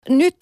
Nyt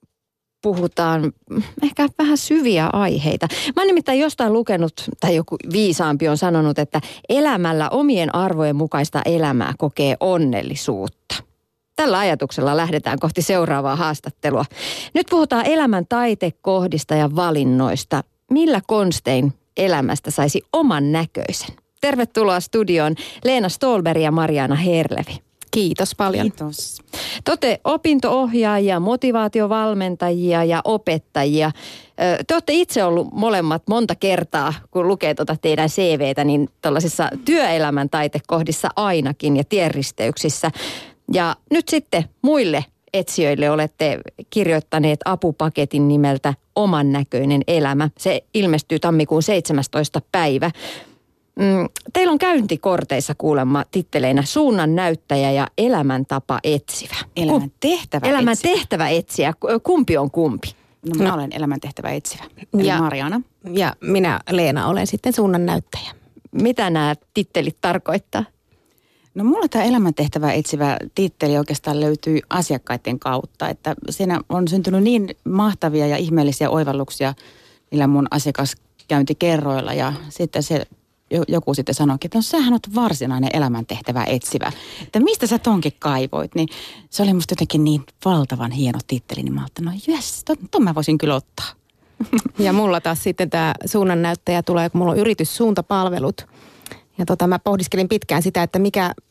puhutaan ehkä vähän syviä aiheita. Mä oon nimittäin jostain lukenut, tai joku viisaampi on sanonut, että elämällä omien arvojen mukaista elämää kokee onnellisuutta. Tällä ajatuksella lähdetään kohti seuraavaa haastattelua. Nyt puhutaan elämän taitekohdista ja valinnoista. Millä konstein elämästä saisi oman näköisen? Tervetuloa studioon Leena Ståhlberg ja Mariana Herlevi. Kiitos paljon. Kiitos. Te olette opinto-ohjaajia, motivaatiovalmentajia ja opettajia. Te olette itse ollut molemmat monta kertaa, kun lukee teidän CVtä, niin tällaisissa työelämän taitekohdissa ainakin ja tienristeyksissä. Ja nyt sitten muille etsijöille olette kirjoittaneet apupaketin nimeltä Oman näköinen elämä. Se ilmestyy tammikuun 17. päivä. Teillä on käyntikorteissa kuulemma titteleinä suunnan näyttäjä ja elämäntapa etsivä. Elämäntehtävä etsijä. Kumpi on kumpi? No, mä olen elämäntehtävä etsivä. Eli Mariana. Ja minä, Leena, olen sitten suunnan näyttäjä. Mitä nämä tittelit tarkoittaa? No mulla tämä elämäntehtävä etsivä titteli oikeastaan löytyy asiakkaiden kautta. Että siinä on syntynyt niin mahtavia ja ihmeellisiä oivalluksia niillä mun asiakaskäyntikerroilla ja sitten se joku sitten sanoikin, että no sähän oot varsinainen elämäntehtävä etsivä. Että mistä sä tonkin kaivoit? Niin se oli musta jotenkin niin valtavan hieno titteli, niin mä ajattelin, no jes, ton mä voisin kyllä ottaa. Ja mulla taas sitten tämä suunnannäyttäjä tulee, kun mulla on yritys Suuntapalvelut. Ja mä pohdiskelin pitkään sitä, että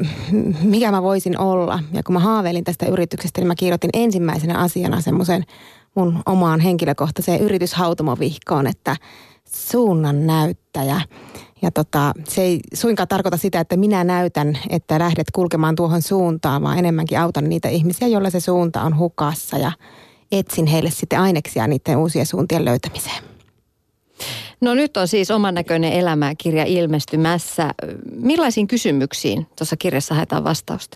mikä mä voisin olla. Ja kun mä haaveilin tästä yrityksestä, niin mä kirjoitin ensimmäisenä asiana semmoisen mun omaan henkilökohtaiseen yrityshautomovihkoon, että suunnannäyttäjä. Ja se ei suinkaan tarkoita sitä, että minä näytän, että lähdet kulkemaan tuohon suuntaan, vaan enemmänkin autan niitä ihmisiä, joilla se suunta on hukassa ja etsin heille sitten aineksia niiden uusien suuntien löytämiseen. No nyt on siis Oman näköinen elämä-kirja ilmestymässä. Millaisiin kysymyksiin tuossa kirjassa haetaan vastausta?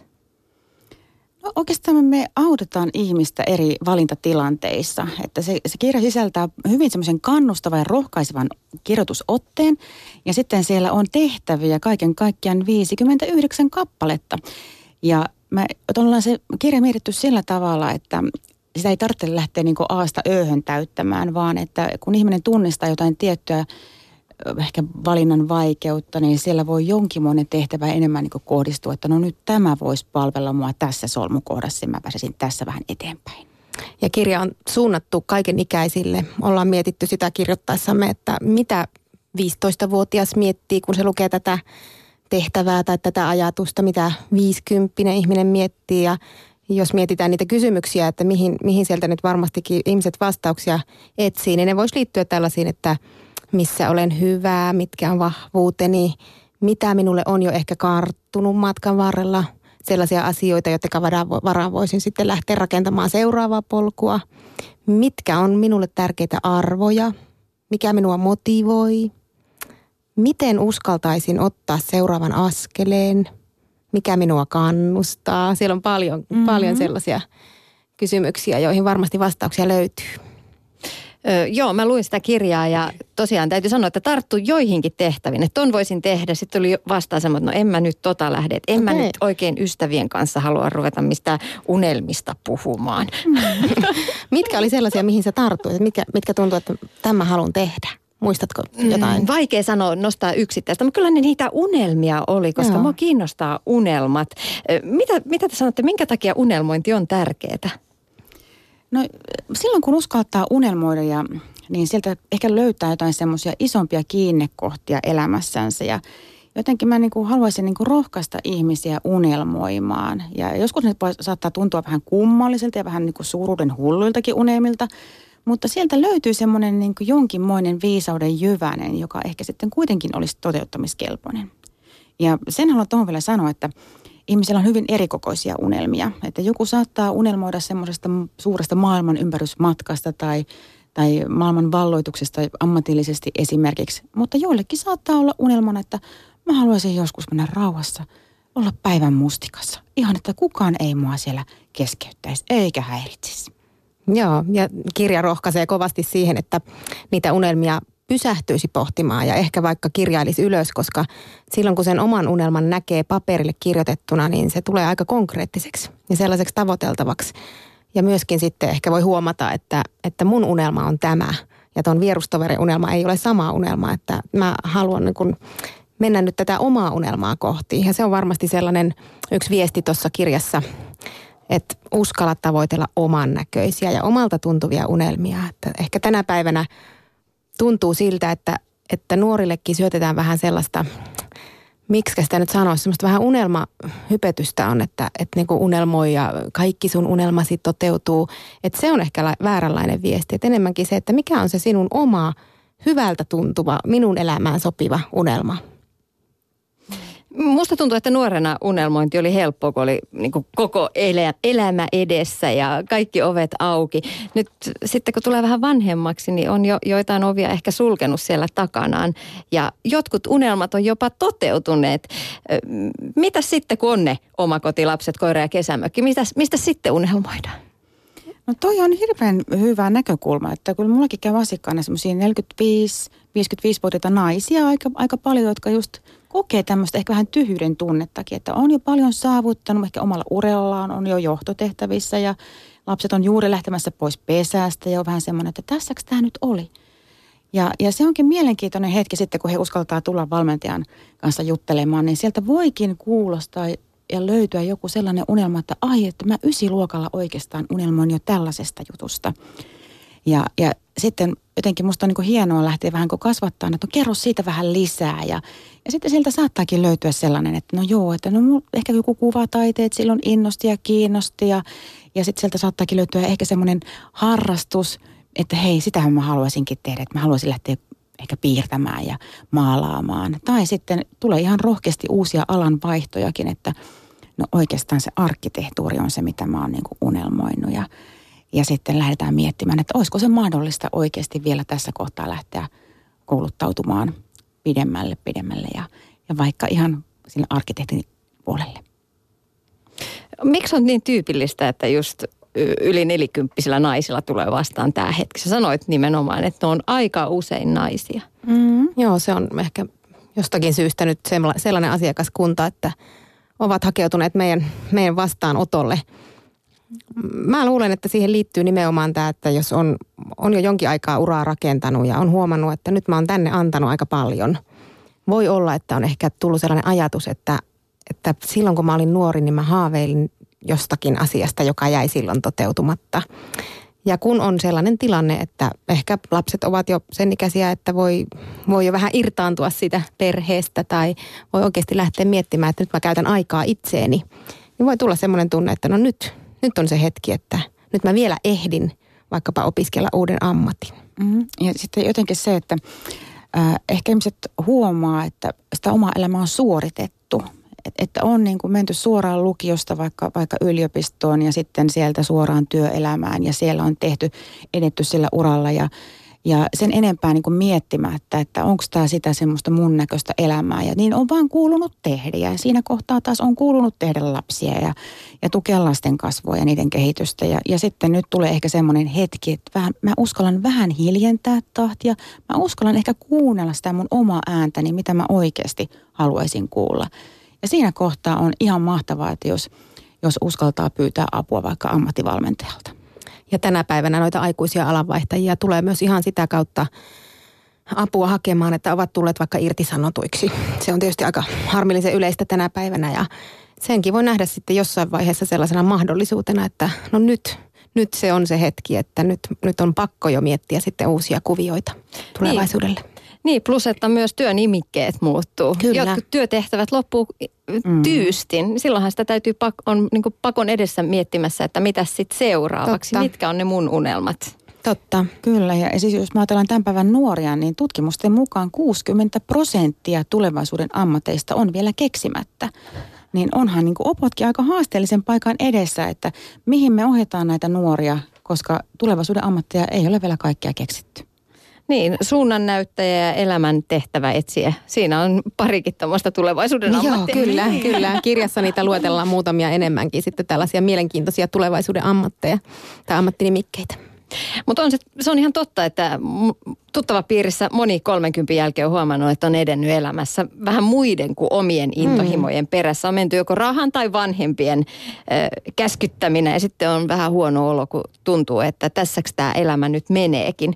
No oikeastaan me autetaan ihmistä eri valintatilanteissa. Että se kirja sisältää hyvin semmoisen kannustavan ja rohkaisevan kirjoitusotteen. Ja sitten siellä on tehtäviä kaiken kaikkiaan 59 kappaletta. Ja me ollaan se kirja mietitty sillä tavalla, että sitä ei tarvitse lähteä niin kuin A:sta Ö:hön täyttämään, vaan että kun ihminen tunnistaa jotain tiettyä ehkä valinnan vaikeutta, niin siellä voi jonkinmoinen tehtävä enemmän niin kuin kohdistua, että no nyt tämä voisi palvella mua tässä solmukohdassa ja mä pääsisin tässä vähän eteenpäin. Ja kirja on suunnattu kaikenikäisille. Ollaan mietitty sitä kirjoittaessamme, että mitä 15-vuotias miettii, kun se lukee tätä tehtävää tai tätä ajatusta, mitä 50 ihminen miettii ja jos mietitään niitä kysymyksiä, että mihin sieltä nyt varmastikin ihmiset vastauksia etsii, niin ne voisi liittyä tällaisiin, että missä olen hyvää, mitkä on vahvuuteni, mitä minulle on jo ehkä karttunut matkan varrella, sellaisia asioita, jotka varaan voisin sitten lähteä rakentamaan seuraavaa polkua, mitkä on minulle tärkeitä arvoja, mikä minua motivoi, miten uskaltaisin ottaa seuraavan askeleen, mikä minua kannustaa. Siellä on paljon sellaisia kysymyksiä, joihin varmasti vastauksia löytyy. Joo, mä luin sitä kirjaa ja tosiaan täytyy sanoa, että tarttu joihinkin tehtäviin. Että ton voisin tehdä. Sitten tuli vastaan semmoinen, että no en mä nyt lähde. Että en mä nyt oikein ystävien kanssa halua ruveta mistään unelmista puhumaan. Mitkä oli sellaisia, mihin sä tarttuit? Mitkä tuntuu, että tämän haluan tehdä? Muistatko jotain? Vaikea sanoa, nostaa yksittäistä, mutta kyllä ne niitä unelmia oli, koska mua kiinnostaa unelmat. Mitä te sanotte, minkä takia unelmointi on tärkeää? No silloin kun uskaltaa unelmoida niin sieltä ehkä löytää jotain semmoisia isompia kiinnekohtia elämässänsä ja jotenkin mä haluaisin rohkaista ihmisiä unelmoimaan. Ja joskus ne saattaa tuntua vähän kummalliselta ja vähän suuruuden hulluiltakin unelmilta. Mutta sieltä löytyy semmoinen jonkinmoinen viisauden jyvänen, joka ehkä sitten kuitenkin olisi toteuttamiskelpoinen. Ja sen haluan tuohon vielä sanoa, että ihmisillä on hyvin erikokoisia unelmia. Että joku saattaa unelmoida semmoisesta suuresta maailman ympärysmatkasta tai maailman valloituksesta ammatillisesti esimerkiksi. Mutta joillekin saattaa olla unelmana, että mä haluaisin joskus mennä rauhassa, olla päivän mustikassa. Ihan, että kukaan ei mua siellä keskeyttäisi eikä häiritsisi. Joo, ja kirja rohkaisee kovasti siihen, että niitä unelmia pysähtyisi pohtimaan ja ehkä vaikka kirjailisi ylös, koska silloin kun sen oman unelman näkee paperille kirjoitettuna, niin se tulee aika konkreettiseksi ja sellaiseksi tavoiteltavaksi. Ja myöskin sitten ehkä voi huomata, että mun unelma on tämä. Ja ton vierustoverin unelma ei ole sama unelma, että mä haluan niin kun mennä nyt tätä omaa unelmaa kohti. Ja se on varmasti sellainen yksi viesti tuossa kirjassa, että uskalla tavoitella oman näköisiä ja omalta tuntuvia unelmia. Että ehkä tänä päivänä tuntuu siltä, että nuorillekin syötetään vähän sellaista, miksi sitä nyt sanoisi, semmoista vähän unelmahypetystä on, että niin kuin unelmoi ja kaikki sun unelmasi toteutuu. Että se on ehkä vääränlainen viesti. Että enemmänkin se, että mikä on se sinun oma hyvältä tuntuva, minun elämään sopiva unelma. Musta tuntuu, että nuorena unelmointi oli helppoa, kun oli niin kuin koko elämä edessä ja kaikki ovet auki. Nyt sitten kun tulee vähän vanhemmaksi, niin on jo joitain ovia ehkä sulkenut siellä takanaan. Ja jotkut unelmat on jopa toteutuneet. Mitä sitten, kun on ne omakotilapset, koira ja kesämökki? Mistä sitten unelmoidaan? No toi on hirveän hyvä näkökulma, että kun mullakin käy asiakkaana semmoisia 45-55-vuotiaita naisia aika paljon, jotka just kokee tämmöistä ehkä vähän tyhjyyden tunnettakin, että on jo paljon saavuttanut, ehkä omalla urallaan on jo johtotehtävissä ja lapset on juuri lähtemässä pois pesästä ja on vähän semmoinen, että tässäks tämä nyt oli. Ja se onkin mielenkiintoinen hetki sitten, kun he uskaltaa tulla valmentajan kanssa juttelemaan, niin sieltä voikin kuulostaa ja löytyä joku sellainen unelma, että että mä 9-luokalla oikeastaan unelmoin jo tällaisesta jutusta. Ja sitten jotenkin musta on niin kuin hienoa lähteä vähän kuin kasvattaa, että no kerro siitä vähän lisää. Ja sitten sieltä saattaakin löytyä sellainen, että no joo, että no ehkä joku kuvataiteet silloin innosti ja kiinnosti. Ja sitten sieltä saattaakin löytyä ehkä semmoinen harrastus, että hei, sitähän mä haluaisinkin tehdä, että mä haluaisin lähteä ehkä piirtämään ja maalaamaan. Tai sitten tulee ihan rohkeasti uusia alanvaihtojakin, että no oikeastaan se arkkitehtuuri on se, mitä mä oon niin kuin unelmoinut. Ja sitten lähdetään miettimään, että olisiko se mahdollista oikeasti vielä tässä kohtaa lähteä kouluttautumaan pidemmälle ja vaikka ihan sille arkkitehtin puolelle. Miksi on niin tyypillistä, että just yli 40-vuotiailla naisilla tulee vastaan tämä hetki? Sä sanoit nimenomaan, että ne on aika usein naisia. Joo, se on ehkä jostakin syystä nyt sellainen asiakaskunta, että ovat hakeutuneet meidän vastaanotolle. Mä luulen, että siihen liittyy nimenomaan tämä, että jos on jo jonkin aikaa uraa rakentanut ja on huomannut, että nyt mä oon tänne antanut aika paljon. Voi olla, että on ehkä tullut sellainen ajatus, että silloin kun mä olin nuori, niin mä haaveilin jostakin asiasta, joka jäi silloin toteutumatta. Ja kun on sellainen tilanne, että ehkä lapset ovat jo sen ikäisiä, että voi jo vähän irtaantua siitä perheestä tai voi oikeasti lähteä miettimään, että nyt mä käytän aikaa itseeni, niin voi tulla semmoinen tunne, että no nyt on se hetki, että nyt mä vielä ehdin vaikkapa opiskella uuden ammatin. Ja sitten jotenkin se, että ehkä ihmiset huomaa, että sitä omaa elämää on suoritettu. Että on niin kuin menty suoraan lukiosta vaikka yliopistoon ja sitten sieltä suoraan työelämään ja siellä on edetty sillä uralla ja sen enempää niin kuin miettimättä, että onko tämä sitä semmoista mun näköistä elämää. Ja niin on vaan kuulunut tehdä ja siinä kohtaa taas on kuulunut tehdä lapsia ja tukea lasten kasvua ja niiden kehitystä. Ja sitten nyt tulee ehkä semmoinen hetki, että mä uskallan vähän hiljentää tahtia. Mä uskallan ehkä kuunnella sitä mun omaa ääntäni, mitä mä oikeasti haluaisin kuulla. Ja siinä kohtaa on ihan mahtavaa, että jos uskaltaa pyytää apua vaikka ammattivalmentajalta. Ja tänä päivänä noita aikuisia alanvaihtajia tulee myös ihan sitä kautta apua hakemaan, että ovat tulleet vaikka irtisanotuiksi. Se on tietysti aika harmillisen yleistä tänä päivänä ja senkin voi nähdä sitten jossain vaiheessa sellaisena mahdollisuutena, että no nyt se on se hetki, että nyt on pakko jo miettiä sitten uusia kuvioita tulevaisuudelle. Niin, plus että myös työnimikkeet muuttuu. Kyllä. Jotkut työtehtävät loppuu tyystin. Silloinhan sitä täytyy on niin kuin pakon edessä miettimässä, että mitä sitten seuraavaksi. Totta. Mitkä on ne mun unelmat. Totta. Kyllä, ja siis jos me ajatellaan tämän päivän nuoria, niin tutkimusten mukaan 60% tulevaisuuden ammateista on vielä keksimättä. Niin onhan niin kuin opotkin aika haasteellisen paikan edessä, että mihin me ohjataan näitä nuoria, koska tulevaisuuden ammatteja ei ole vielä kaikkea keksitty. Niin, suunnannäyttäjä ja elämän tehtävä etsiä. Siinä on parikin tämmöistä tulevaisuuden ammattia. Joo, kyllä. Kirjassa niitä luetellaan muutamia enemmänkin sitten tällaisia mielenkiintoisia tulevaisuuden ammatteja tai ammattinimikkeitä. Mutta se on ihan totta, että tuttava piirissä moni 30 jälkeen on huomannut, että on edennyt elämässä vähän muiden kuin omien intohimojen perässä. On menty joko rahan tai vanhempien käskyttäminen ja sitten on vähän huono olo, kun tuntuu, että tässäks tämä elämä nyt meneekin.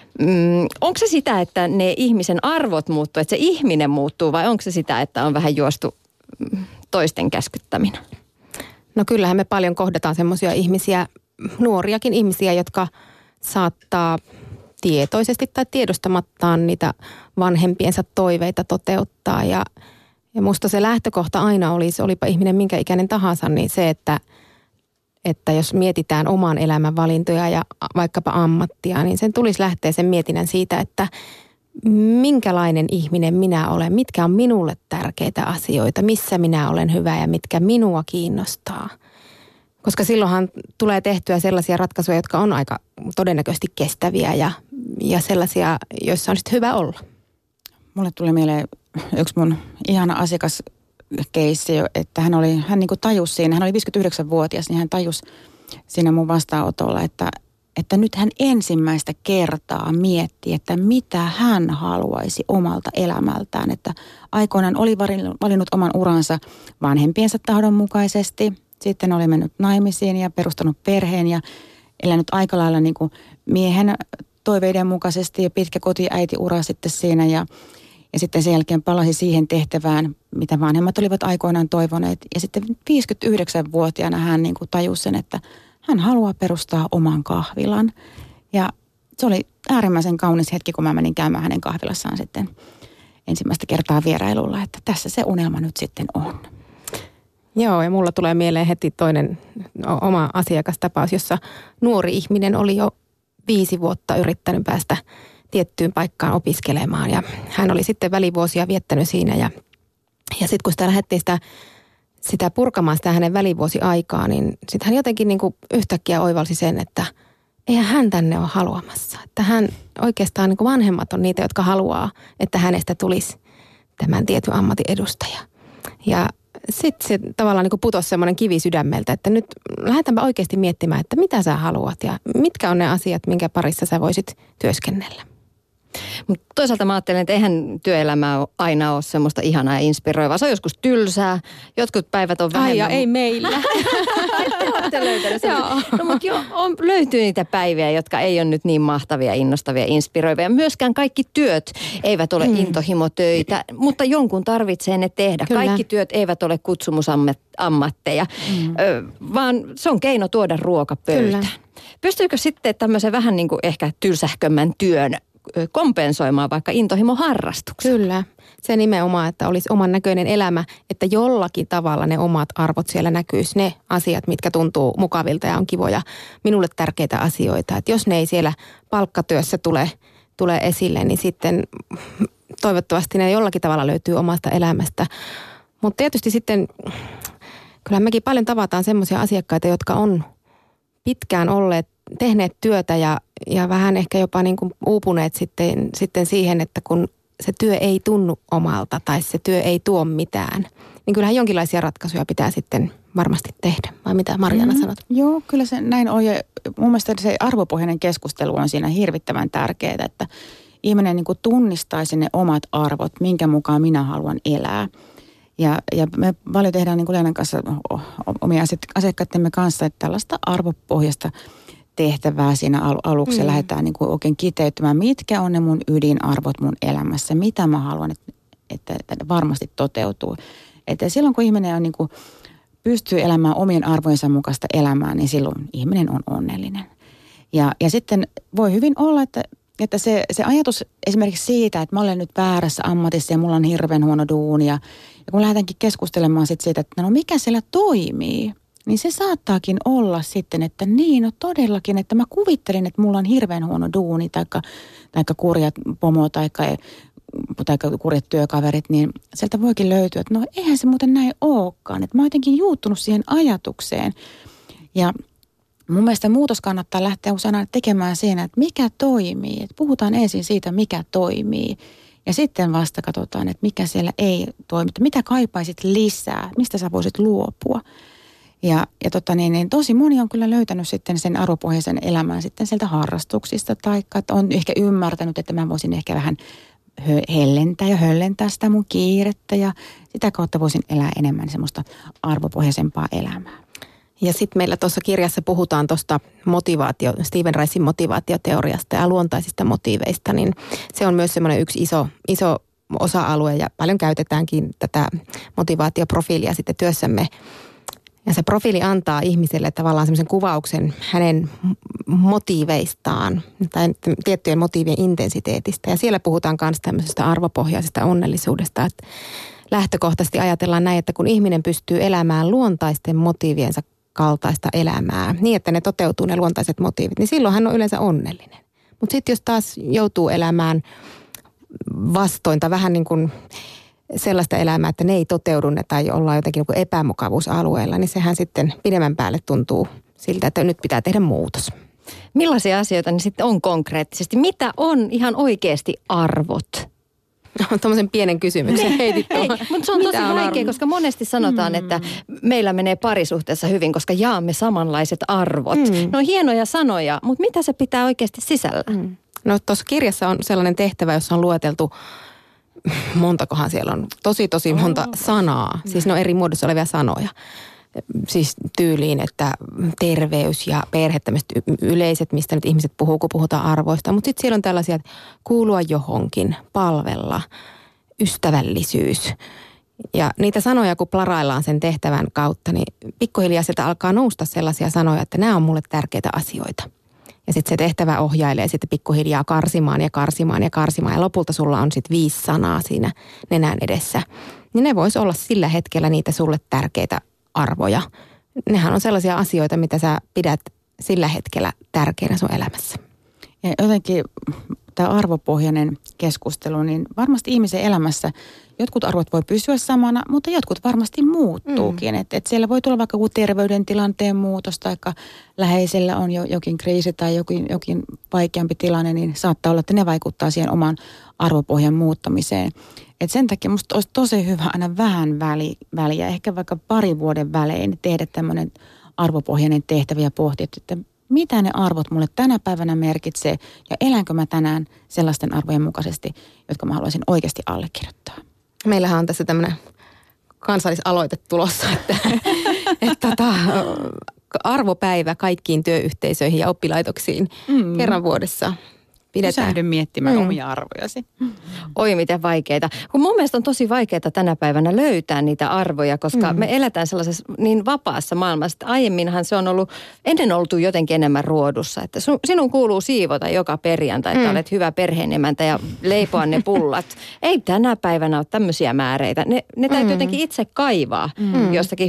Onko se sitä, että ne ihmisen arvot muuttuu, että se ihminen muuttuu vai onko se sitä, että on vähän juostu toisten käskyttäminä? No kyllähän me paljon kohdataan semmoisia ihmisiä, nuoriakin ihmisiä, jotka saattaa tietoisesti tai tiedostamattaan niitä vanhempiensa toiveita toteuttaa. Ja musta se lähtökohta aina olisi, olipa ihminen minkä ikäinen tahansa, niin se, että jos mietitään oman elämän valintoja ja vaikkapa ammattia, niin sen tulisi lähteä sen mietinnän siitä, että minkälainen ihminen minä olen, mitkä on minulle tärkeitä asioita, missä minä olen hyvä ja mitkä minua kiinnostaa. Koska silloinhan tulee tehtyä sellaisia ratkaisuja, jotka on aika todennäköisesti kestäviä ja sellaisia, joissa on sitten hyvä olla. Mulle tuli mieleen yksi mun ihana asiakaskeissi, että hän niin kuin tajusi siinä, hän oli 59-vuotias, niin hän tajusi siinä mun vastaanotolla, että nyt hän ensimmäistä kertaa mietti, että mitä hän haluaisi omalta elämältään. Että aikoinaan oli valinnut oman uransa vanhempiensa tahdon mukaisesti. Sitten oli mennyt naimisiin ja perustanut perheen ja elänyt aika lailla niin kuin miehen toiveiden mukaisesti ja pitkä kotiäitiura sitten siinä. Ja sitten sen jälkeen palasi siihen tehtävään, mitä vanhemmat olivat aikoinaan toivoneet. Ja sitten 59-vuotiaana hän niin kuin tajusi sen, että hän haluaa perustaa oman kahvilan. Ja se oli äärimmäisen kaunis hetki, kun mä menin käymään hänen kahvilassaan sitten ensimmäistä kertaa vierailulla, että tässä se unelma nyt sitten on. Joo, ja mulla tulee mieleen heti toinen oma asiakastapaus, jossa nuori ihminen oli jo 5 vuotta yrittänyt päästä tiettyyn paikkaan opiskelemaan. Ja hän oli sitten välivuosia viettänyt siinä ja sitten kun sitä lähdettiin sitä purkamaan sitä hänen välivuosiaikaa, niin sitten hän jotenkin niin kuin yhtäkkiä oivalsi sen, että eihän hän tänne ole haluamassa. Että hän oikeastaan niin kuin vanhemmat on niitä, jotka haluaa, että hänestä tulisi tämän tietyn ammatin edustaja. Ja sitten se tavallaan niin kuin putosi semmoinen kivi sydämeltä, että nyt lähdetäänpä oikeasti miettimään, että mitä sä haluat ja mitkä on ne asiat, minkä parissa sä voisit työskennellä. Mutta toisaalta mä ajattelen, että eihän työelämä aina ole semmoista ihanaa ja inspiroivaa. Se on joskus tylsää, jotkut päivät on vähemmän. Ai ja ei meillä. Te olette löytäneet. No mutta löytyy niitä päiviä, jotka ei ole nyt niin mahtavia, innostavia, inspiroivia. Myöskään kaikki työt eivät ole intohimotöitä, mutta jonkun tarvitsee ne tehdä. Kyllä. Kaikki työt eivät ole kutsumusammatteja, vaan se on keino tuoda ruoka pöytään. Kyllä. Pystyykö sitten tämmöisen vähän niin kuin ehkä tylsähkömmän työn kompensoimaan vaikka intohimoharrastuksen? Kyllä. Se nimenomaan, että olisi oman näköinen elämä, että jollakin tavalla ne omat arvot siellä näkyisi, ne asiat, mitkä tuntuu mukavilta ja on kivoja, minulle tärkeitä asioita. Että jos ne ei siellä palkkatyössä tule esille, niin sitten toivottavasti ne jollakin tavalla löytyy omasta elämästä. Mutta tietysti sitten, kyllähän mekin paljon tavataan semmoisia asiakkaita, jotka on pitkään tehneet työtä ja vähän ehkä jopa niin kuin uupuneet sitten siihen, että kun se työ ei tunnu omalta tai se työ ei tuo mitään, niin kyllähän jonkinlaisia ratkaisuja pitää sitten varmasti tehdä. Vai mitä Marjaana sanot? Joo, kyllä se näin on. Ja mun mielestä se arvopohjainen keskustelu on siinä hirvittävän tärkeää, että ihminen niin kuin tunnistaisi ne omat arvot, minkä mukaan minä haluan elää. Ja me paljon tehdään niin kuin Leenan kanssa, omia asiakkaittemme kanssa, että tällaista arvopohjasta tehtävää siinä aluksi lähdetään niin kuin oikein kiteyttämään, mitkä on ne mun ydinarvot mun elämässä, mitä mä haluan, että varmasti toteutuu. Että silloin kun ihminen on niin kuin, pystyy elämään omien arvojensa mukaista elämää, niin silloin ihminen on onnellinen. Ja sitten voi hyvin olla, että se ajatus esimerkiksi siitä, että mä olen nyt väärässä ammatissa ja mulla on hirveän huono duuni ja kun lähdetäänkin keskustelemaan sitten siitä, että no mikä siellä toimii, niin se saattaakin olla sitten, että niin, no todellakin, että mä kuvittelin, että mulla on hirveän huono duuni taikka kurjat pomo taikka kurjat työkaverit, niin sieltä voikin löytyä, että no eihän se muuten näin olekaan. Että mä oon jotenkin juuttunut siihen ajatukseen. Ja mun mielestä muutos kannattaa lähteä usein tekemään siinä, että mikä toimii. Että puhutaan ensin siitä, mikä toimii. Ja sitten vasta katsotaan, että mikä siellä ei toimi. Mitä kaipaisit lisää, mistä sä voisit luopua. Ja tosi moni on kyllä löytänyt sitten sen arvopohjaisen elämän sitten sieltä harrastuksista, tai että on ehkä ymmärtänyt, että mä voisin ehkä vähän höllentää sitä mun kiirettä ja sitä kautta voisin elää enemmän semmoista arvopohjaisempaa elämää. Ja sitten meillä tuossa kirjassa puhutaan tuosta Stephen Ricin motivaatioteoriasta ja luontaisista motiiveista, niin se on myös semmoinen yksi iso osa-alue ja paljon käytetäänkin tätä motivaatioprofiilia sitten työssämme. Ja se profiili antaa ihmiselle tavallaan semmoisen kuvauksen hänen motiiveistaan tai tiettyjen motiivien intensiteetistä. Ja siellä puhutaan myös tämmöisestä arvopohjaisesta onnellisuudesta, että lähtökohtaisesti ajatellaan näin, että kun ihminen pystyy elämään luontaisten motiiviensa kaltaista elämää, niin että ne toteutuu ne luontaiset motiivit, niin silloin hän on yleensä onnellinen. Mutta sitten jos taas joutuu elämään vastointa vähän niin kuin sellaista elämää, että ne ei toteudu ne tai ollaan jotenkin niin epämukavuusalueella, niin sehän sitten pidemmän päälle tuntuu siltä, että nyt pitää tehdä muutos. Millaisia asioita ne sitten on konkreettisesti? Mitä on ihan oikeasti arvot? Tuommoisen pienen kysymyksen heitit tuohon. Mutta se on tosi vaikea, koska monesti sanotaan, että meillä menee parisuhteessa hyvin, koska jaamme samanlaiset arvot. Ne on hienoja sanoja, mutta mitä se pitää oikeasti sisällä? No tuossa kirjassa on sellainen tehtävä, jossa on lueteltu, montakohan siellä on, tosi monta sanaa. Siis ne on eri muodossa olevia sanoja. Siis tyyliin, että terveys ja perhe, tämmöiset yleiset, mistä nyt ihmiset puhuu, kun puhutaan arvoista. Mutta sitten siellä on tällaisia, että kuulua johonkin, palvella, ystävällisyys. Ja niitä sanoja, kun plaraillaan sen tehtävän kautta, niin pikkuhiljaa sieltä alkaa nousta sellaisia sanoja, että nämä on mulle tärkeitä asioita. Ja sitten se tehtävä ohjailee sitten pikkuhiljaa karsimaan. Ja lopulta sulla on sitten 5 sanaa siinä nenän edessä. Niin ne vois olla sillä hetkellä niitä sulle tärkeitä arvoja. Nehän on sellaisia asioita, mitä sä pidät sillä hetkellä tärkeänä sun elämässä. Ja jotenkin tämä arvopohjainen keskustelu, niin varmasti ihmisen elämässä jotkut arvot voi pysyä samana, mutta jotkut varmasti muuttuukin. Et siellä voi tulla vaikka joku terveydentilanteen muutos tai läheisellä on jokin kriisi tai jokin vaikeampi tilanne, niin saattaa olla, että ne vaikuttaa siihen oman arvopohjan muuttamiseen. Et sen takia musta olisi tosi hyvä aina vähän väliä, ehkä vaikka 2 vuoden välein tehdä tämmöinen arvopohjainen tehtävä ja pohtia, että mitä ne arvot mulle tänä päivänä merkitsee ja elänkö mä tänään sellaisten arvojen mukaisesti, jotka mä haluaisin oikeasti allekirjoittaa. Meillähän on tässä tämmöinen kansallisaloite tulossa, että arvopäivä kaikkiin työyhteisöihin ja oppilaitoksiin kerran vuodessa pidetään. Pysähdy miettimään omia arvojasi. Oi miten vaikeita. Kun mun mielestä on tosi vaikeaa tänä päivänä löytää niitä arvoja, koska me eletään sellaisessa niin vapaassa maailmassa. Aiemminhan se on ollut, ennen oltu jotenkin enemmän ruodussa. Että sinun kuuluu siivota joka perjantai, että olet hyvä perheenemäntä ja leipoa ne pullat. Ei tänä päivänä ole tämmöisiä määreitä. Ne täytyy jotenkin itse kaivaa jostakin.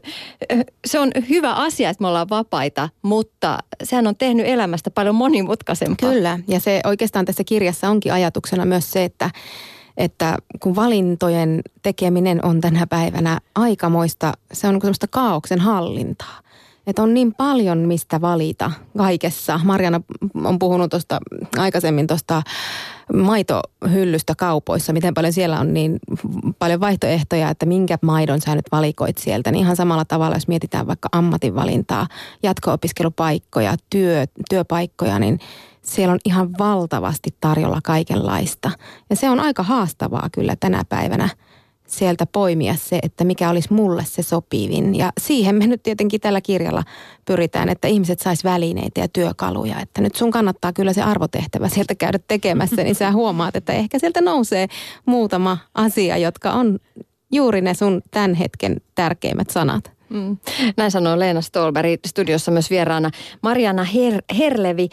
Se on hyvä asia, että me ollaan vapaita, mutta sehän on tehnyt elämästä paljon monimutkaisempaa. Kyllä, ja se oikeastaan tässä kirjassa onkin ajatuksena myös se, että kun valintojen tekeminen on tänä päivänä aikamoista, se on semmoista kaaoksen hallintaa. Että on niin paljon mistä valita kaikessa. Marjana on puhunut aikaisemmin tuosta maitohyllystä kaupoissa, miten paljon siellä on niin paljon vaihtoehtoja, että minkä maidon sä nyt valikoit sieltä. Niin ihan samalla tavalla, jos mietitään vaikka ammatinvalintaa, jatko-opiskelupaikkoja, työpaikkoja, niin siellä on ihan valtavasti tarjolla kaikenlaista. Ja se on aika haastavaa kyllä tänä päivänä sieltä poimia se, että mikä olisi mulle se sopivin. Ja siihen me nyt tietenkin tällä kirjalla pyritään, että ihmiset sais välineitä ja työkaluja. Että nyt sun kannattaa kyllä se arvotehtävä sieltä käydä tekemässä, niin sä huomaat, että ehkä sieltä nousee muutama asia, jotka on juuri ne sun tämän hetken tärkeimmät sanat. Näin sanoo Leena Ståhlberg, studiossa myös vieraana Marjana Herlevi.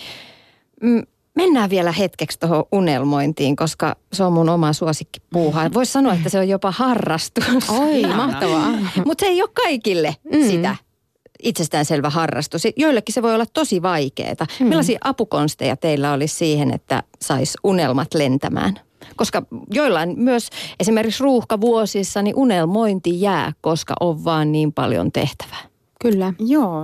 Mennään vielä hetkeksi tuohon unelmointiin, koska se on mun oma suosikkipuuha. Voisi sanoa, että se on jopa harrastus. Oi, mahtavaa. Mutta se ei ole kaikille sitä itsestäänselvä harrastus. Joillekin se voi olla tosi vaikeaa. Millaisia apukonsteja teillä olisi siihen, että sais unelmat lentämään? Koska joillain myös esimerkiksi ruuhkavuosissa niin unelmointi jää, koska on vaan niin paljon tehtävää. Kyllä. Joo,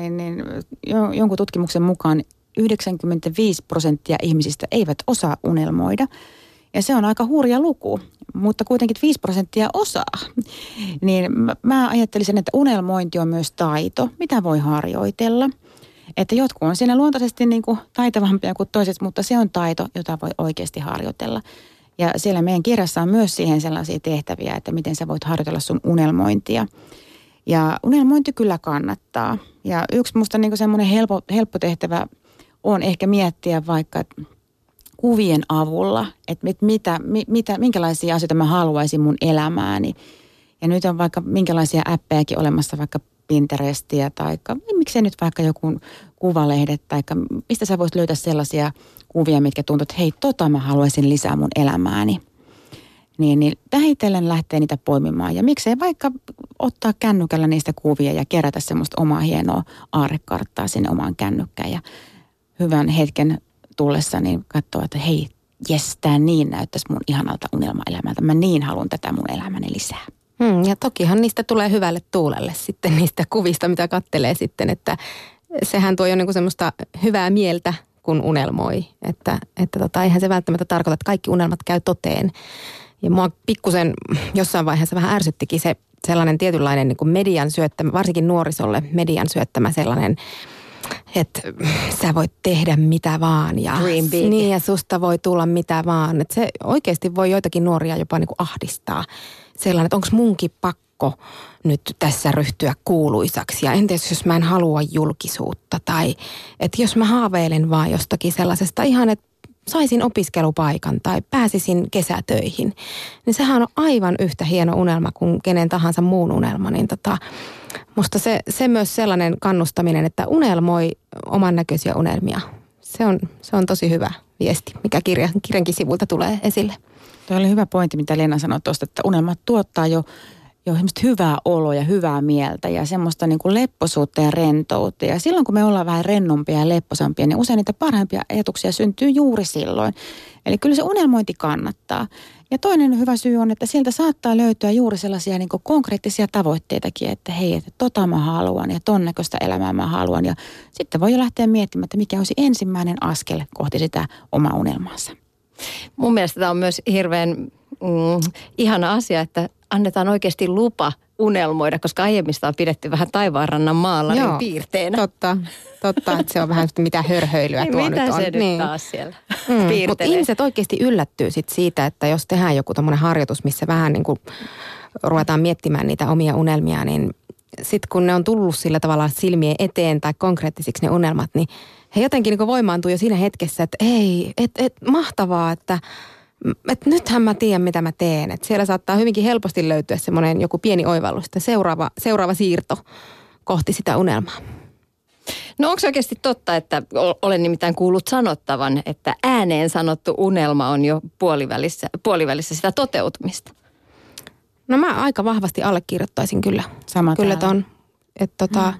jonkun tutkimuksen mukaan 95% ihmisistä eivät osaa unelmoida. Ja se on aika hurja luku, mutta kuitenkin 5% osaa. Niin mä ajattelisin, että unelmointi on myös taito, mitä voi harjoitella. Että jotkut on siinä luontaisesti niin kuin taitavampia kuin toiset, mutta se on taito, jota voi oikeasti harjoitella. Ja siellä meidän kirjassa on myös siihen sellaisia tehtäviä, että miten sä voit harjoitella sun unelmointia. Ja unelmointi kyllä kannattaa. Ja yksi musta niin kuin semmoinen helppo tehtävä on ehkä miettiä vaikka kuvien avulla, että minkälaisia asioita mä haluaisin mun elämääni. Ja nyt on vaikka minkälaisia appejakin olemassa, vaikka Pinterestiä tai miksei nyt vaikka joku kuvalehdet tai mistä sä voisit löytää sellaisia kuvia, mitkä tuntuu, että hei, mä haluaisin lisää mun elämääni. Niin vähitellen lähtee niitä poimimaan ja miksei vaikka ottaa kännykällä niistä kuvia ja kerätä semmoista omaa hienoa aarrekarttaa sinne omaan kännykkään ja hyvän hetken tullessa niin katsoa, että hei, jes, tää niin näyttäisi mun ihanalta unelmaelämältä. Mä niin haluan tätä mun elämäni lisää. Ja tokihan niistä tulee hyvälle tuulelle sitten niistä kuvista, mitä kattelee sitten, että sehän tuo jo niin kuin semmoista hyvää mieltä, kun unelmoi. Että eihän se välttämättä tarkoita, että kaikki unelmat käy toteen. Ja mua pikkusen jossain vaiheessa vähän ärsyttikin se sellainen tietynlainen niin kuin median syöttämä, varsinkin nuorisolle median syöttämä sellainen, että sä voit tehdä mitä vaan ja, niin, ja susta voi tulla mitä vaan. Että se oikeasti voi joitakin nuoria jopa niin kuin ahdistaa. Sellainen, että onko munkin pakko nyt tässä ryhtyä kuuluisaksi ja entäs jos mä en halua julkisuutta tai että jos mä haaveilen vaan jostakin sellaisesta ihan, että saisin opiskelupaikan tai pääsisin kesätöihin, niin sehän on aivan yhtä hieno unelma kuin kenen tahansa muun unelma. Niin musta se myös sellainen kannustaminen, että unelmoi oman näköisiä unelmia. Se on tosi hyvä viesti, mikä kirjankin sivulta tulee esille. Tuo oli hyvä pointti, mitä Leena sanoi tuosta, että unelmat tuottaa jo hyvää oloa ja hyvää mieltä ja semmoista niin kuin lepposuutta ja rentoutta. Ja silloin, kun me ollaan vähän rennompia ja lepposampia, niin usein niitä parhaimpia ajatuksia syntyy juuri silloin. Eli kyllä se unelmointi kannattaa. Ja toinen hyvä syy on, että sieltä saattaa löytyä juuri sellaisia niin kuin konkreettisia tavoitteitakin, että hei, että mä haluan ja ton näköistä elämää mä haluan. Ja sitten voi jo lähteä miettimään, että mikä olisi ensimmäinen askel kohti sitä omaa unelmaansa. Mun mielestä tämä on myös hirveän ihana asia, että annetaan oikeasti lupa unelmoida, koska aiemmista on pidetty vähän taivaanrannan maalarin piirteenä. Totta, että se on vähän mitä hörhöilyä tuo nyt on. Mitä se nyt taas siellä piirtelee? Mutta ihmiset oikeasti yllättyy sit siitä, että jos tehdään joku tommoinen harjoitus, missä vähän niin kuin ruvetaan miettimään niitä omia unelmia, niin sitten kun ne on tullut sillä tavalla silmien eteen tai konkreettisiksi ne unelmat, niin he jotenkin niin kuin voimaantuu jo siinä hetkessä, että ei, mahtavaa, että nythän mä tiedän, mitä mä teen. Että siellä saattaa hyvinkin helposti löytyä semmoinen joku pieni oivallus, että seuraava siirto kohti sitä unelmaa. No onko oikeasti totta, että olen nimittäin kuullut sanottavan, että ääneen sanottu unelma on jo puolivälissä sitä toteutumista? No mä aika vahvasti allekirjoittaisin kyllä. Sama kyllä ton. Että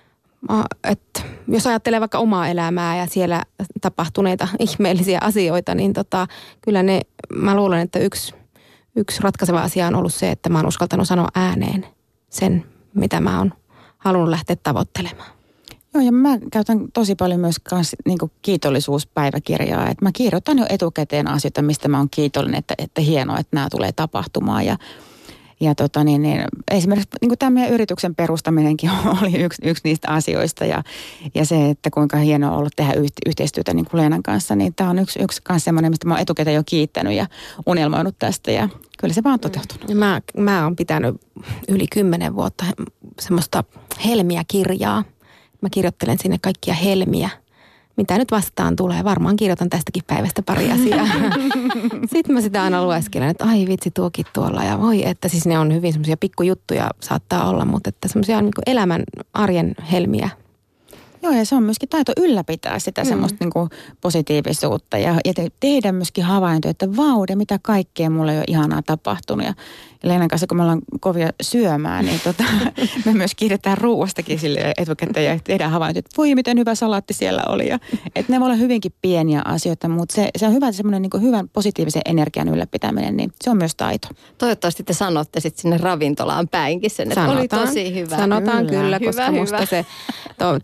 jos ajattelee vaikka omaa elämää ja siellä tapahtuneita ihmeellisiä asioita, niin kyllä mä luulen, että yksi ratkaiseva asia on ollut se, että mä oon uskaltanut sanoa ääneen sen, mitä mä oon halunnut lähteä tavoittelemaan. Joo, ja mä käytän tosi paljon myös niin kuin kiitollisuuspäiväkirjaa. Että mä kirjoitan jo etukäteen asioita, mistä mä oon kiitollinen, että hienoa, että nämä tulee tapahtumaan. Ja esimerkiksi niin kuin tämä meidän yrityksen perustaminenkin oli yksi niistä asioista. Ja se, että kuinka hienoa on ollut tehdä yhteistyötä niin kuin Leenan kanssa, niin tämä on yksi kanssa semmoinen, mistä mä oon etukäteen jo kiittänyt ja unelmoinut tästä. Ja kyllä se vaan on toteutunut. Mä oon pitänyt yli 10 vuotta semmoista helmiä-kirjaa. Mä kirjoittelen sinne kaikkia helmiä, mitä nyt vastaan tulee. Varmaan kirjoitan tästäkin päivästä pari asiaa. Sitten mä sitä aina lueskelen, että ai vitsi tuokin tuolla. Ja voi, että siis ne on hyvin semmoisia pikkujuttuja saattaa olla, mutta että semmoisia niin kuin elämän arjen helmiä. Joo, ja se on myöskin taito ylläpitää sitä semmoista niin kuin positiivisuutta ja tehdä myöskin havaintoja, että vaude, mitä kaikkea mulle on jo ihanaa tapahtunut. Ja Leenan kanssa, kun me ollaan kovia syömään, niin me myös kiitetään ruuastakin sille etukäteen ja tehdään havaintoja, että voi miten hyvä salaatti siellä oli. Ja, että ne voi olla hyvinkin pieniä asioita, mutta se on hyvä semmoinen niin kuin hyvän positiivisen energian ylläpitäminen, niin se on myös taito. Toivottavasti te sanotte sitten sinne ravintolaan päinkin sen, että oli tosi hyvä. Sanotaan kyllä, koska musta tämä olisi niin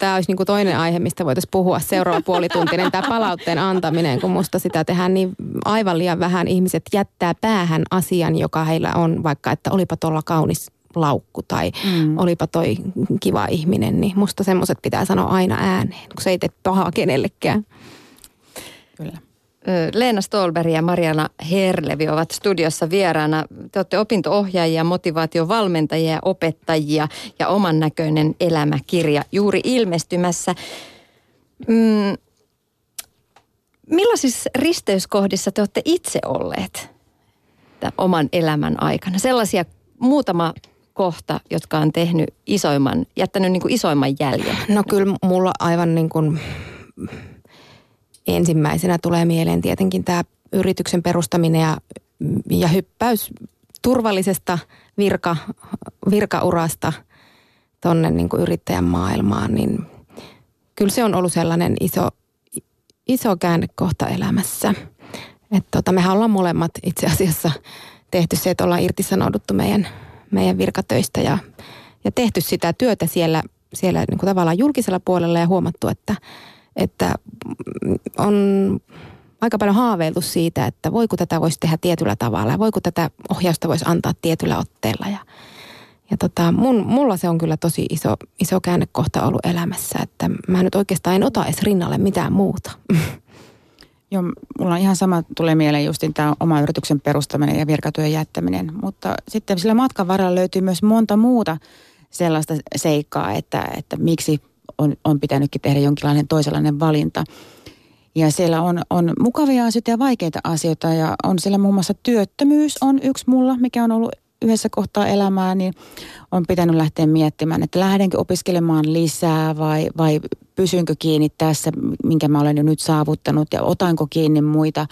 joku toinen aihe, mistä voitaisiin puhua seuraava puolituntinen, tämä palautteen antaminen, kun musta sitä tehdään niin aivan liian vähän. Ihmiset jättää päähän asian, joka heillä on, vaikka että olipa tuolla kaunis laukku tai olipa toi kiva ihminen, niin musta semmoiset pitää sanoa aina ääneen, kun se ei tee pahaa kenellekään. Kyllä. Leena Ståhlberg ja Mariana Herlevi ovat studiossa vieraana. Te olette opinto-ohjaajia, motivaatiovalmentajia ja opettajia ja Oman näköinen elämäkirja juuri ilmestymässä. Millaisissa risteyskohdissa te olette itse olleet tämän oman elämän aikana? Sellaisia muutama kohta, jotka on jättänyt niin kuin isoimman jäljen. No kyllä mulla aivan niin kuin ensimmäisenä tulee mieleen tietenkin tämä yrityksen perustaminen ja hyppäys turvallisesta virkaurasta tonne niin kuin yrittäjän maailmaan, niin kyllä se on ollut sellainen iso käännekohta elämässä. Että mehän ollaan molemmat itse asiassa tehty se, että ollaan irtisanouduttu meidän virkatöistä ja tehty sitä työtä siellä niin kuin tavallaan julkisella puolella ja huomattu, että on aika paljon haaveiltu siitä, että voiko tätä voisi tehdä tietyllä tavalla ja voiko tätä ohjausta voisi antaa tietyllä otteella. Mulla se on kyllä tosi iso käännekohta ollut elämässä, että mä nyt oikeastaan en ota edes rinnalle mitään muuta. Joo, mulla on ihan sama, tulee mieleen justin tämä oma yrityksen perustaminen ja virkatyön jättäminen, mutta sitten sillä matkan varrella löytyy myös monta muuta sellaista seikkaa, että miksi on pitänytkin tehdä jonkinlainen toisenlainen valinta. Ja siellä on mukavia asioita ja vaikeita asioita ja on siellä muun muassa työttömyys on yksi mulla, mikä on ollut yhdessä kohtaa elämää, niin on pitänyt lähteä miettimään, että lähdenkö opiskelemaan lisää vai pysynkö kiinni tässä, minkä mä olen jo nyt saavuttanut ja otanko kiinni muita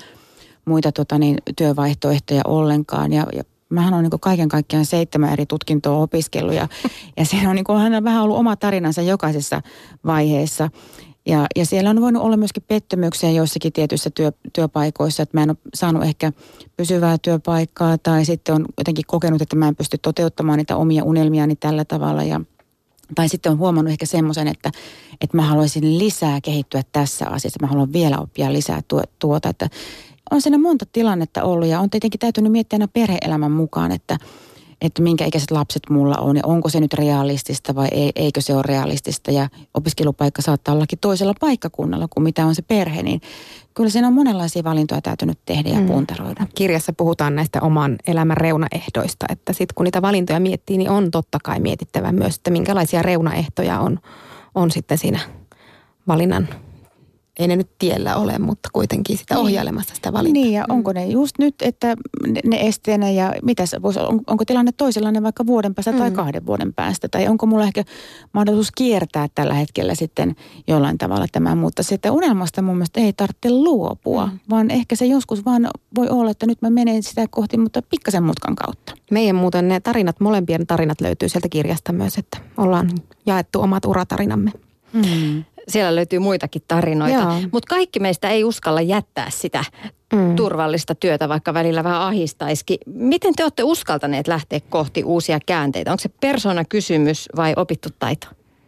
työvaihtoehtoja ollenkaan. Ja mähän on niin kaiken kaikkiaan 7 eri tutkintoa opiskellut ja siinä on niin aina vähän ollut oma tarinansa jokaisessa vaiheessa. Ja siellä on voinut olla myöskin pettymyksiä joissakin tietyissä työpaikoissa, että mä en ole saanut ehkä pysyvää työpaikkaa tai sitten on jotenkin kokenut, että mä en pysty toteuttamaan niitä omia unelmiani tällä tavalla. Tai sitten on huomannut ehkä semmoisen, että mä haluaisin lisää kehittyä tässä asiassa, mä haluan vielä oppia lisää tuota, että on siinä monta tilannetta ollut ja on tietenkin täytynyt miettiä aina perhe-elämän mukaan, että minkä ikäiset lapset mulla on ja onko se nyt realistista vai eikö se ole realistista. Ja opiskelupaikka saattaa ollakin toisella paikkakunnalla kuin mitä on se perhe, niin kyllä siinä on monenlaisia valintoja täytynyt tehdä ja puntaroida. Kirjassa puhutaan näistä oman elämän reunaehdoista, että sitten kun niitä valintoja miettii, niin on totta kai mietittävä myös, että minkälaisia reunaehtoja on sitten siinä valinnan. Ei ne nyt tiellä ole, mutta kuitenkin sitä ohjailemassa sitä valintaa. Niin, ja onko ne just nyt, että ne esteenä ja onko tilanne toisenlainen vaikka vuoden päästä tai 2 vuoden päästä? Tai onko mulla ehkä mahdollisuus kiertää tällä hetkellä sitten jollain tavalla tämä, mutta sitten unelmasta mun mielestä ei tarvitse luopua, vaan ehkä se joskus vaan voi olla, että nyt mä menen sitä kohti, mutta pikkasen mutkan kautta. Meidän muuten ne tarinat, molempien tarinat löytyy sieltä kirjasta myös, että ollaan jaettu omat uratarinamme. Siellä löytyy muitakin tarinoita, mutta kaikki meistä ei uskalla jättää sitä turvallista työtä, vaikka välillä vähän ahistaisikin. Miten te olette uskaltaneet lähteä kohti uusia käänteitä? Onko se persoonakysymys vai opittu taito?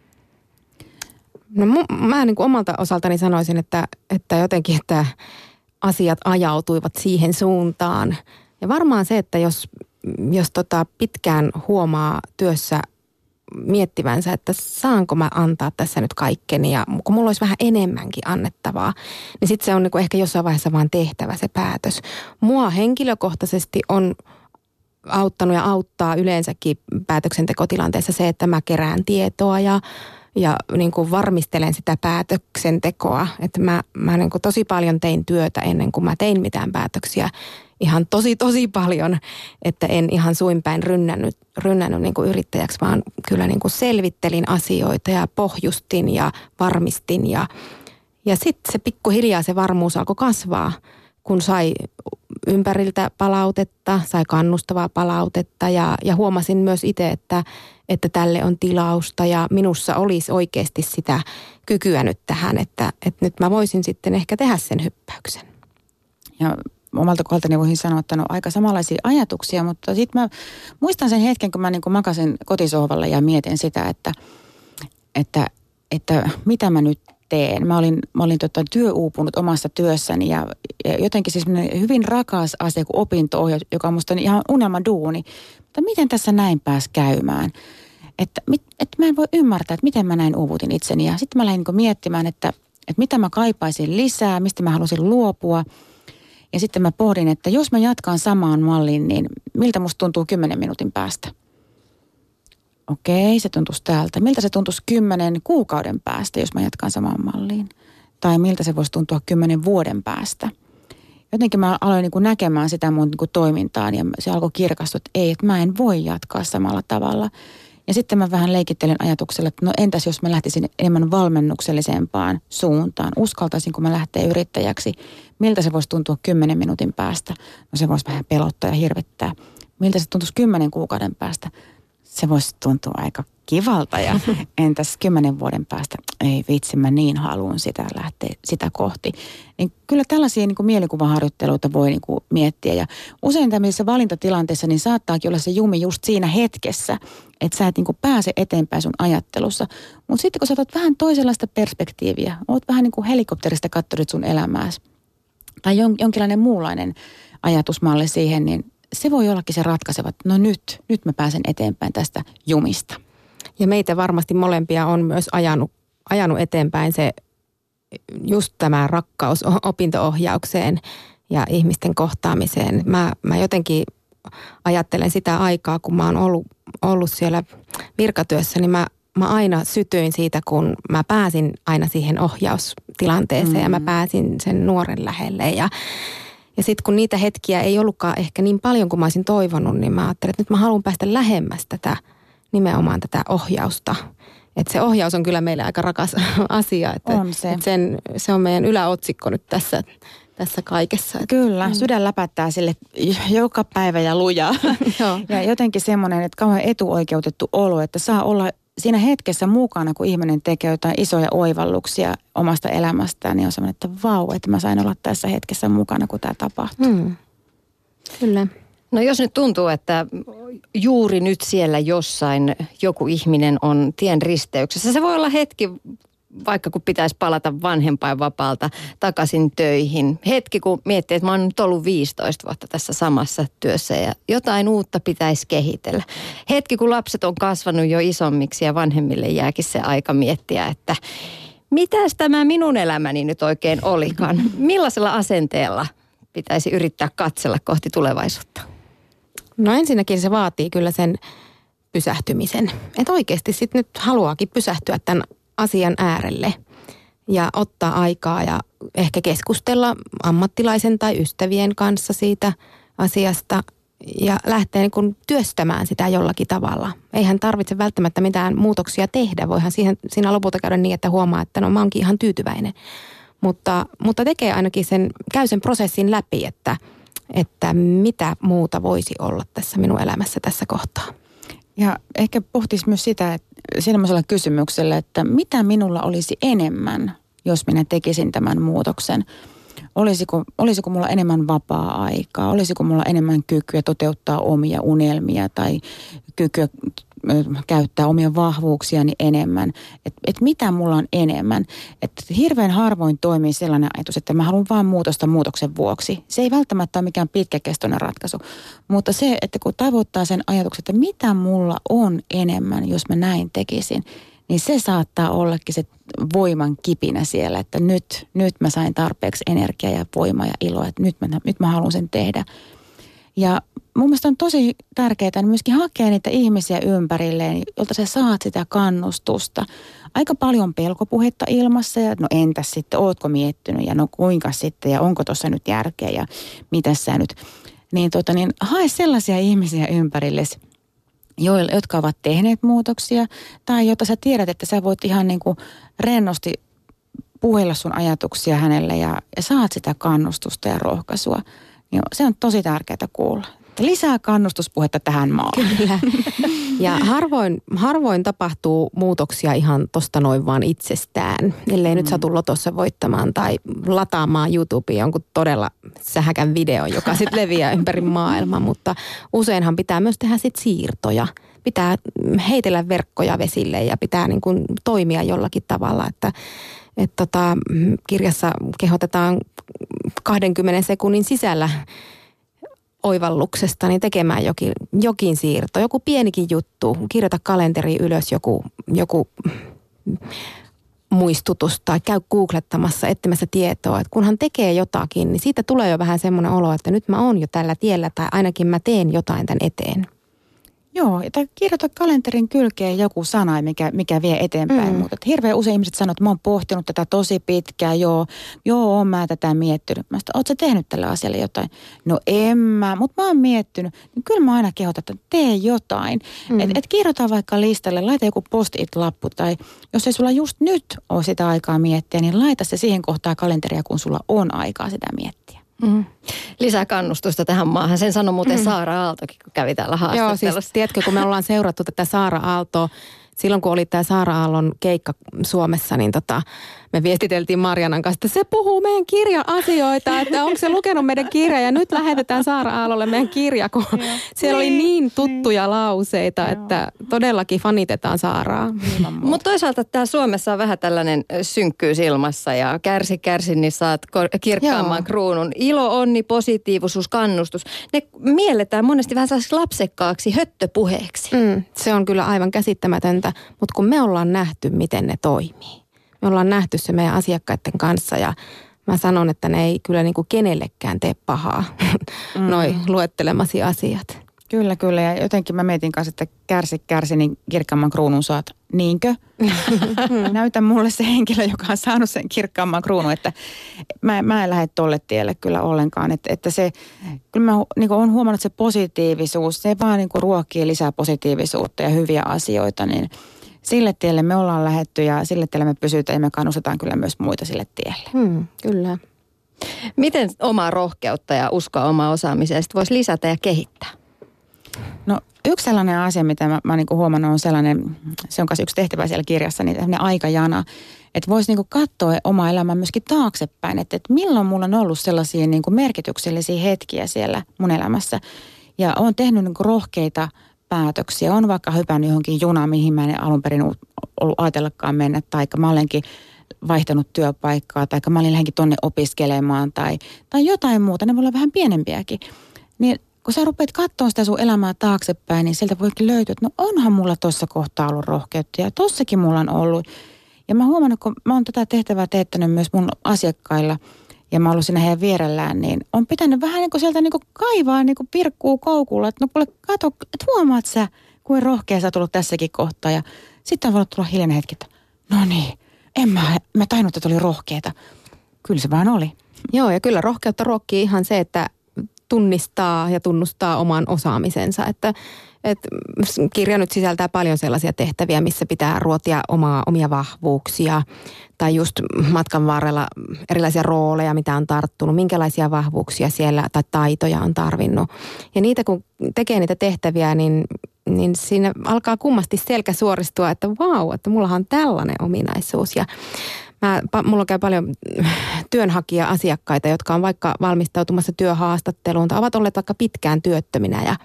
No mä niin kuin omalta osaltani sanoisin, että jotenkin, että asiat ajautuivat siihen suuntaan. Ja varmaan se, että jos pitkään huomaa työssä miettivänsä, että saanko mä antaa tässä nyt kaikkeni ja kun mulla olisi vähän enemmänkin annettavaa, niin sitten se on niinku ehkä jossain vaiheessa vaan tehtävä se päätös. Mua henkilökohtaisesti on auttanut ja auttaa yleensäkin päätöksentekotilanteessa se, että mä kerään tietoa ja niin kuin varmistelen sitä päätöksentekoa. Että mä niin kuin tosi paljon tein työtä ennen kuin mä tein mitään päätöksiä. Ihan tosi paljon, että en ihan suinpäin rynnännyt niin kuin yrittäjäksi, vaan kyllä niin kuin selvittelin asioita ja pohjustin ja varmistin. Ja sitten se pikkuhiljaa se varmuus alkoi kasvaa, kun sai ympäriltä palautetta, sai kannustavaa palautetta ja huomasin myös itse, että tälle on tilausta ja minussa olisi oikeasti sitä kykyä nyt tähän, että nyt mä voisin sitten ehkä tehdä sen hyppäyksen. Ja omalta kohdaltani voisin sanoa, että on aika samanlaisia ajatuksia, mutta sitten mä muistan sen hetken, kun mä niin kuin makasin kotisohvalla ja mietin sitä, että että mitä mä nyt teen. Mä olin työuupunut omassa työssäni ja jotenkin siis hyvin rakas asia kuin opinto-ohjaus, joka on musta ihan unelmaduuni. Mutta miten tässä näin pääsi käymään? Että mä en voi ymmärtää, että miten mä näin uuvutin itseni. Ja sitten mä lähdin miettimään, että mitä mä kaipaisin lisää, mistä mä halusin luopua. Ja sitten mä pohdin, että jos mä jatkan samaan malliin, niin miltä musta tuntuu 10 minuutin päästä? Okei, se tuntuisi täältä. Miltä se tuntuisi 10 kuukauden päästä, jos mä jatkan samaan malliin? Tai miltä se voisi tuntua 10 vuoden päästä? Jotenkin mä aloin niin kuin näkemään sitä mun niin kuin toimintaan ja se alkoi kirkastua, että ei, että mä en voi jatkaa samalla tavalla. Ja sitten mä vähän leikittelin ajatuksella, että no entäs jos mä lähtisin enemmän valmennuksellisempaan suuntaan? Uskaltaisinko mä lähteä yrittäjäksi? Miltä se voisi tuntua 10 minuutin päästä? No se voisi vähän pelottaa ja hirvittää. Miltä se tuntuisi 10 kuukauden päästä? Se voisi tuntua aika kivalta ja entäs 10 vuoden päästä, ei vitsi, mä niin haluan sitä lähteä sitä kohti. Niin kyllä tällaisia niin kuin mielikuvaharjoitteluita voi niin kuin miettiä ja usein tämmöisissä valintatilanteissa niin saattaakin olla se jumi just siinä hetkessä, että sä et niin kuin pääse eteenpäin sun ajattelussa. Mutta sitten kun sä otat vähän toisenlaista perspektiiviä, oot vähän niin kuin helikopterista katsoit sun elämääsi tai jonkinlainen muunlainen ajatusmalli siihen, niin se voi ollakin se ratkaiseva, että no nyt mä pääsen eteenpäin tästä jumista. Ja meitä varmasti molempia on myös ajanut eteenpäin se just tämä rakkaus opinto-ohjaukseen ja ihmisten kohtaamiseen. Mä jotenkin ajattelen sitä aikaa, kun mä oon ollut siellä virkatyössä, niin mä aina sytyin siitä, kun mä pääsin aina siihen ohjaustilanteeseen ja mä pääsin sen nuoren lähelle ja sitten kun niitä hetkiä ei ollutkaan ehkä niin paljon kuin mä olisin toivonut, niin mä ajattelin, että nyt mä haluan päästä lähemmäs nimenomaan tätä ohjausta. Että se ohjaus on kyllä meille aika rakas asia. Että, on se. Että se on meidän yläotsikko nyt tässä kaikessa. Kyllä, sydän läpättää sille joka päivä ja lujaa. Ja jotenkin semmoinen, että kauhean etuoikeutettu olo, että saa olla siinä hetkessä mukana, kun ihminen tekee jotain isoja oivalluksia omasta elämästään, niin on semmoinen, että vau, että mä sain olla tässä hetkessä mukana, kun tämä tapahtuu. Kyllä. No jos nyt tuntuu, että juuri nyt siellä jossain joku ihminen on tien risteyksessä, se voi olla hetki, vaikka kun pitäisi palata vanhempainvapaalta takaisin töihin. Hetki, kun miettii, että mä oon nyt ollut 15 vuotta tässä samassa työssä ja jotain uutta pitäisi kehitellä. Hetki, kun lapset on kasvanut jo isommiksi ja vanhemmille jääkin se aika miettiä, että mitäs tämä minun elämäni nyt oikein olikaan? Millaisella asenteella pitäisi yrittää katsella kohti tulevaisuutta? No ensinnäkin se vaatii kyllä sen pysähtymisen. Että oikeasti sitten nyt haluaakin pysähtyä tämän asian äärelle ja ottaa aikaa ja ehkä keskustella ammattilaisen tai ystävien kanssa siitä asiasta ja lähteä niin kuin työstämään sitä jollakin tavalla. Eihän tarvitse välttämättä mitään muutoksia tehdä. Voihan siinä lopulta käydä niin, että huomaa, että no mä oonkin ihan tyytyväinen. Mutta tekee ainakin käy sen prosessin läpi, että mitä muuta voisi olla tässä minun elämässä tässä kohtaa. Ja ehkä pohtisi myös sitä, että sellaisella kysymyksellä, että mitä minulla olisi enemmän, jos minä tekisin tämän muutoksen. Olisiko mulla enemmän vapaa-aikaa? Olisiko mulla enemmän kykyä toteuttaa omia unelmia tai kykyä käyttää omia vahvuuksiani enemmän? Et mitä mulla on enemmän? Et hirveän harvoin toimii sellainen ajatus, että mä haluan vaan muutosta muutoksen vuoksi. Se ei välttämättä ole mikään pitkäkestoinen ratkaisu. Mutta se, että kun tavoittaa sen ajatuksen, että mitä mulla on enemmän, jos mä näin tekisin, niin se saattaa ollakin se voiman kipinä siellä, että nyt mä sain tarpeeksi energiaa ja voimaa ja iloa, että nyt mä haluan sen tehdä. Ja mun mielestä on tosi tärkeää myöskin hakea niitä ihmisiä ympärilleen, jolta sä saat sitä kannustusta. Aika paljon pelkopuhetta ilmassa ja no entäs sitten, ootko miettinyt ja no kuinka sitten ja onko tuossa nyt järkeä ja mitäs sä nyt. Niin hae sellaisia ihmisiä ympärillesi, jotka ovat tehneet muutoksia tai jota sä tiedät, että sä voit ihan niin kuin rennosti puhella sun ajatuksia hänelle ja saat sitä kannustusta ja rohkaisua. Niin se on tosi tärkeää kuulla. Lisää kannustuspuhetta tähän maahan. Kyllä. Ja harvoin tapahtuu muutoksia ihan tosta noin vaan itsestään, ellei nyt satu lotossa voittamaan tai lataamaan YouTubeen jonkun todella sähäkän videon, joka sitten leviää ympäri maailmaa, mutta useinhan pitää myös tehdä sitten siirtoja. Pitää heitellä verkkoja vesille ja pitää niin kuin toimia jollakin tavalla, että kirjassa kehotetaan 20 sekunnin sisällä oivalluksesta niin tekemään jokin siirto, joku pienikin juttu, kirjoita kalenteriin ylös joku muistutus tai käy googlettamassa, etsimässä tietoa. Että kunhan tekee jotakin, niin siitä tulee jo vähän semmoinen olo, että nyt mä oon jo tällä tiellä tai ainakin mä teen jotain tämän eteen. Joo, tai kirjoita kalenterin kylkeen joku sana, mikä vie eteenpäin. Mutta hirveän usein ihmiset sanoo, että mä oon pohtinut tätä tosi pitkään, joo, oon mä tätä miettinyt. Mä sanoin, oot sä tehnyt tälle asialle jotain? No en mä, mutta mä oon miettinyt. Niin kyllä mä aina kehotan, että tee jotain. Et kirjoita vaikka listalle, laita joku post-it-lappu tai jos ei sulla just nyt ole sitä aikaa miettiä, niin laita se siihen kohtaan kalenteria, kun sulla on aikaa sitä miettiä. Lisää kannustusta tähän maahan. Sen sanoi muuten Saara Aaltokin, kun kävi täällä haastattelussa. Joo, siis tiedätkö, kun me ollaan seurattu tätä Saara Aaltoa, silloin kun oli tämä Saara Aallon keikka Suomessa, niin me viestiteltiin Marjanan kanssa, että se puhuu meidän kirjan asioita, että onko se lukenut meidän kirja ja nyt lähetetään Saara Aallolle meidän kirja, kun siellä oli niin tuttuja lauseita, että todellakin fanitetaan Saaraa. Mutta toisaalta tämä Suomessa on vähän tällainen synkkyys ilmassa ja kärsi, niin saat kirkkaamman kruunun. Ilo, onni, positiivisuus, kannustus. Ne mielletään monesti vähän sellaiseksi lapsekkaaksi höttöpuheeksi. Se on kyllä aivan käsittämätöntä, mutta kun me ollaan nähty, miten ne toimii. Me ollaan nähty se meidän asiakkaiden kanssa ja mä sanon, että ne ei kyllä niin kuin kenellekään tee pahaa, noi luettelemasi asiat. Kyllä. Ja jotenkin mä mietin kanssa, että kärsi, niin kirkkaamman kruunun saat. Niinkö? Näytä mulle se henkilö, joka on saanut sen kirkkaamman kruunun, että mä en lähde tolle tielle kyllä ollenkaan. Että se, kyllä mä niin olen huomannut, että se positiivisuus, se vaan niin ruokkii lisää positiivisuutta ja hyviä asioita, niin sille tielle me ollaan lähdetty ja sille tielle me pysytään ja me kannustetaan kyllä myös muita sille tielle. Kyllä. Miten omaa rohkeutta ja uskoa omaa osaamiseen voisi lisätä ja kehittää? No yksi sellainen asia, mitä mä niin kuin huomannut on sellainen, se on myös yksi tehtävä siellä kirjassa, niin tämmöinen aikajana, että voisi niin kuin katsoa omaa elämää myöskin taaksepäin, että milloin mulla on ollut sellaisia niin kuin merkityksellisiä hetkiä siellä mun elämässä ja olen tehnyt niin kuin rohkeita päätöksiä. On vaikka hypännyt johonkin junaan, mihin mä en alun perin ollut ajatellakaan mennä, tai mä olenkin vaihtanut työpaikkaa, tai mä olin lähdenkin tonne opiskelemaan, tai jotain muuta. Ne voi olla vähän pienempiäkin. Niin kun sä rupeat katsomaan sitä sun elämää taaksepäin, niin sieltä voikin löytyä, että no onhan mulla tuossa kohtaa ollut rohkeutta, ja tossakin mulla on ollut. Ja mä huomannut, kun mä oon tätä tehtävää teettänyt myös mun asiakkailla, ja mä oon ollut siinä heidän vierellään, niin on pitänyt vähän niin kuin sieltä niin kuin kaivaa niin kuin pirkkuu koukulla. Että no kuule, kato, että huomaat sä, kuin rohkea sä oot tullut tässäkin kohtaa. Ja sitten on voinut tulla hiljainen hetki, että no niin, mä tainnut, että oli rohkeata. Kyllä se vaan oli. Joo, ja kyllä rohkeutta ruokkii ihan se, että tunnistaa ja tunnustaa oman osaamisensa. Että kirja nyt sisältää paljon sellaisia tehtäviä, missä pitää ruotia omia vahvuuksia tai just matkan varrella erilaisia rooleja, mitä on tarttunut, minkälaisia vahvuuksia siellä tai taitoja on tarvinnut. Ja niitä kun tekee niitä tehtäviä, niin siinä alkaa kummasti selkä suoristua, että vau, että mullahan on tällainen ominaisuus. Ja mulla käy paljon työnhakija-asiakkaita, jotka on vaikka valmistautumassa työhaastatteluun tai ovat olleet vaikka pitkään työttöminä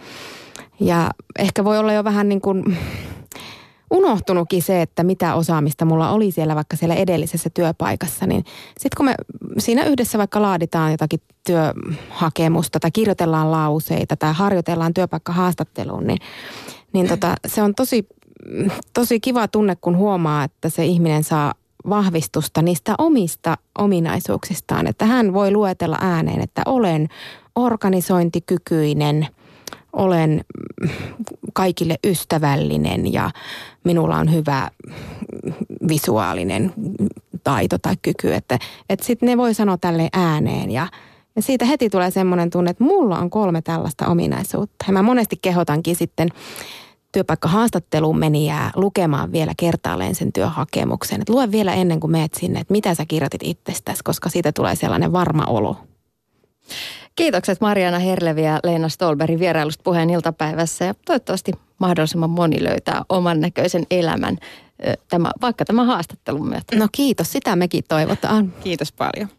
ja ehkä voi olla jo vähän niin kuin unohtunutkin se, että mitä osaamista mulla oli siellä vaikka siellä edellisessä työpaikassa. Niin sitten kun me siinä yhdessä vaikka laaditaan jotakin työhakemusta tai kirjoitellaan lauseita tai harjoitellaan työpaikkahaastatteluun, niin se on tosi kiva tunne, kun huomaa, että se ihminen saa vahvistusta niistä omista ominaisuuksistaan. Että hän voi luetella ääneen, että olen organisointikykyinen, olen kaikille ystävällinen ja minulla on hyvä visuaalinen taito tai kyky. Että sitten ne voi sanoa tälleen ääneen ja siitä heti tulee semmoinen tunne, että mulla on 3 tällaista ominaisuutta. Ja mä monesti kehotankin sitten työpaikkahaastatteluun menijää lukemaan vielä kertaalleen sen työhakemuksen. Et lue vielä ennen kuin meet sinne, että mitä sä kirjoitit itsestäsi, koska siitä tulee sellainen varma olo. Kiitokset Marjaana Herlevi ja Leena Ståhlberg vierailusta Puheen iltapäivässä ja toivottavasti mahdollisimman moni löytää oman näköisen elämän vaikka tämän haastattelun myötä. No kiitos, sitä mekin toivotaan. Kiitos paljon.